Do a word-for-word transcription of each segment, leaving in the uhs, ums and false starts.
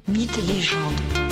Mythes et légendes.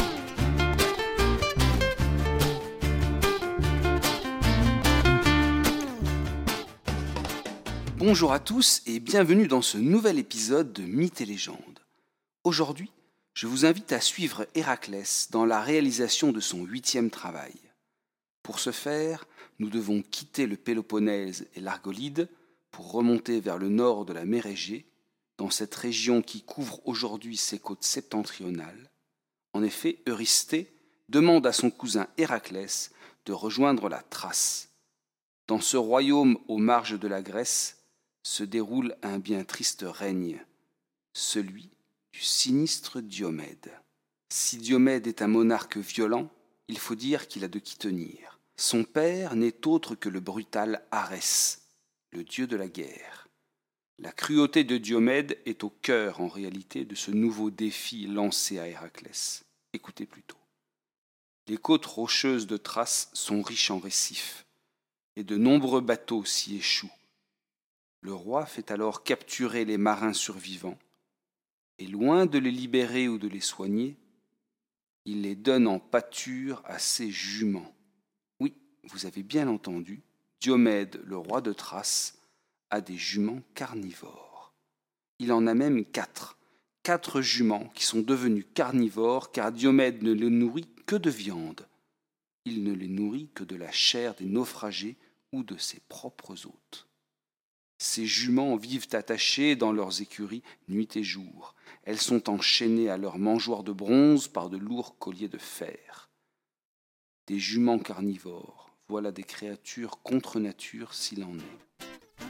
Bonjour à tous et bienvenue dans ce nouvel épisode de Mythes et légendes. Aujourd'hui, je vous invite à suivre Héraclès dans la réalisation de son huitième travail. Pour ce faire, nous devons quitter le Péloponnèse et l'Argolide pour remonter vers le nord de la mer Égée, dans cette région qui couvre aujourd'hui ses côtes septentrionales. En effet, Eurysthée demande à son cousin Héraclès de rejoindre la Thrace. Dans ce royaume aux marges de la Grèce se déroule un bien triste règne, celui du sinistre Diomède. Si Diomède est un monarque violent, il faut dire qu'il a de qui tenir. Son père n'est autre que le brutal Arès, le dieu de la guerre. La cruauté de Diomède est au cœur, en réalité, de ce nouveau défi lancé à Héraclès. Écoutez plutôt. Les côtes rocheuses de Thrace sont riches en récifs, et de nombreux bateaux s'y échouent. Le roi fait alors capturer les marins survivants, et loin de les libérer ou de les soigner, il les donne en pâture à ses juments. Oui, vous avez bien entendu, Diomède, le roi de Thrace, a des juments carnivores. Il en a même quatre. Quatre juments qui sont devenus carnivores car Diomède ne les nourrit que de viande. Il ne les nourrit que de la chair des naufragés ou de ses propres hôtes. Ces juments vivent attachées dans leurs écuries nuit et jour. Elles sont enchaînées à leurs mangeoires de bronze par de lourds colliers de fer. Des juments carnivores, voilà des créatures contre nature s'il en est.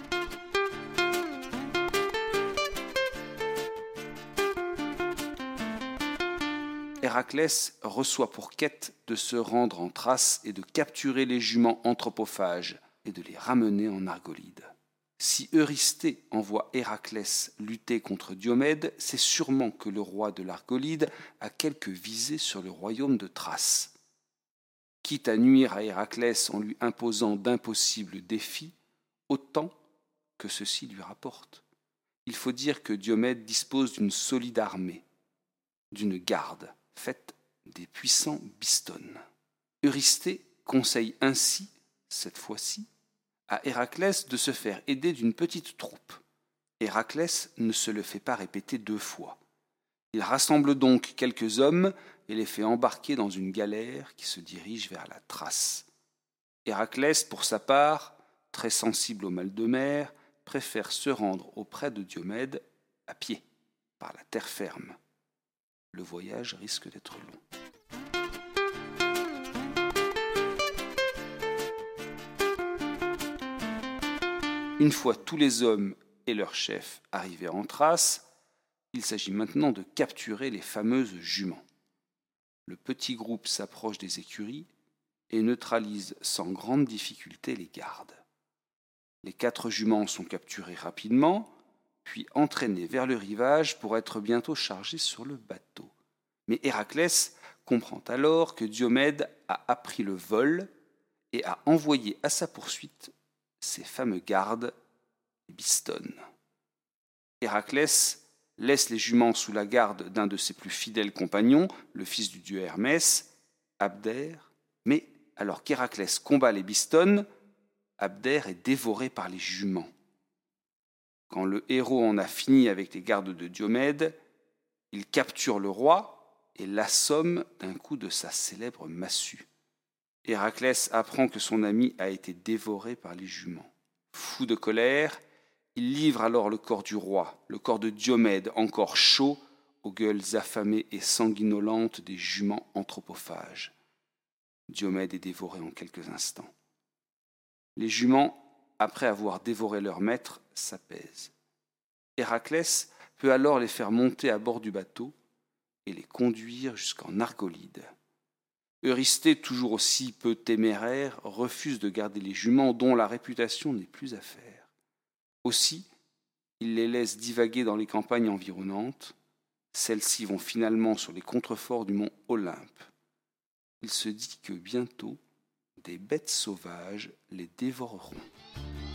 Héraclès reçoit pour quête de se rendre en Thrace et de capturer les juments anthropophages et de les ramener en Argolide. Si Eurysthée envoie Héraclès lutter contre Diomède, c'est sûrement que le roi de l'Argolide a quelques visées sur le royaume de Thrace. Quitte à nuire à Héraclès en lui imposant d'impossibles défis, autant que ceci lui rapporte. Il faut dire que Diomède dispose d'une solide armée, d'une garde, faite des puissants bistones. Eurysthée conseille ainsi, cette fois-ci, à Héraclès de se faire aider d'une petite troupe. Héraclès ne se le fait pas répéter deux fois. Il rassemble donc quelques hommes et les fait embarquer dans une galère qui se dirige vers la Thrace. Héraclès, pour sa part, très sensible au mal de mer, préfère se rendre auprès de Diomède à pied, par la terre ferme. Le voyage risque d'être long. Une fois tous les hommes et leurs chefs arrivés en Thrace, il s'agit maintenant de capturer les fameuses juments. Le petit groupe s'approche des écuries et neutralise sans grande difficulté les gardes. Les quatre juments sont capturés rapidement, puis entraînés vers le rivage pour être bientôt chargés sur le bateau. Mais Héraclès comprend alors que Diomède a appris le vol et a envoyé à sa poursuite ses fameux gardes, les bistones. Héraclès laisse les juments sous la garde d'un de ses plus fidèles compagnons, le fils du dieu Hermès, Abdère, mais alors qu'Héraclès combat les bistones, Abdère est dévoré par les juments. Quand le héros en a fini avec les gardes de Diomède, il capture le roi et l'assomme d'un coup de sa célèbre massue. Héraclès apprend que son ami a été dévoré par les juments. Fou de colère, il livre alors le corps du roi, le corps de Diomède, encore chaud, aux gueules affamées et sanguinolentes des juments anthropophages. Diomède est dévoré en quelques instants. Les juments, après avoir dévoré leur maître, s'apaisent. Héraclès peut alors les faire monter à bord du bateau et les conduire jusqu'en Argolide. Eurysthée, toujours aussi peu téméraire, refuse de garder les juments dont la réputation n'est plus à faire. Aussi, il les laisse divaguer dans les campagnes environnantes. Celles-ci vont finalement sur les contreforts du mont Olympe. Il se dit que bientôt, des bêtes sauvages les dévoreront.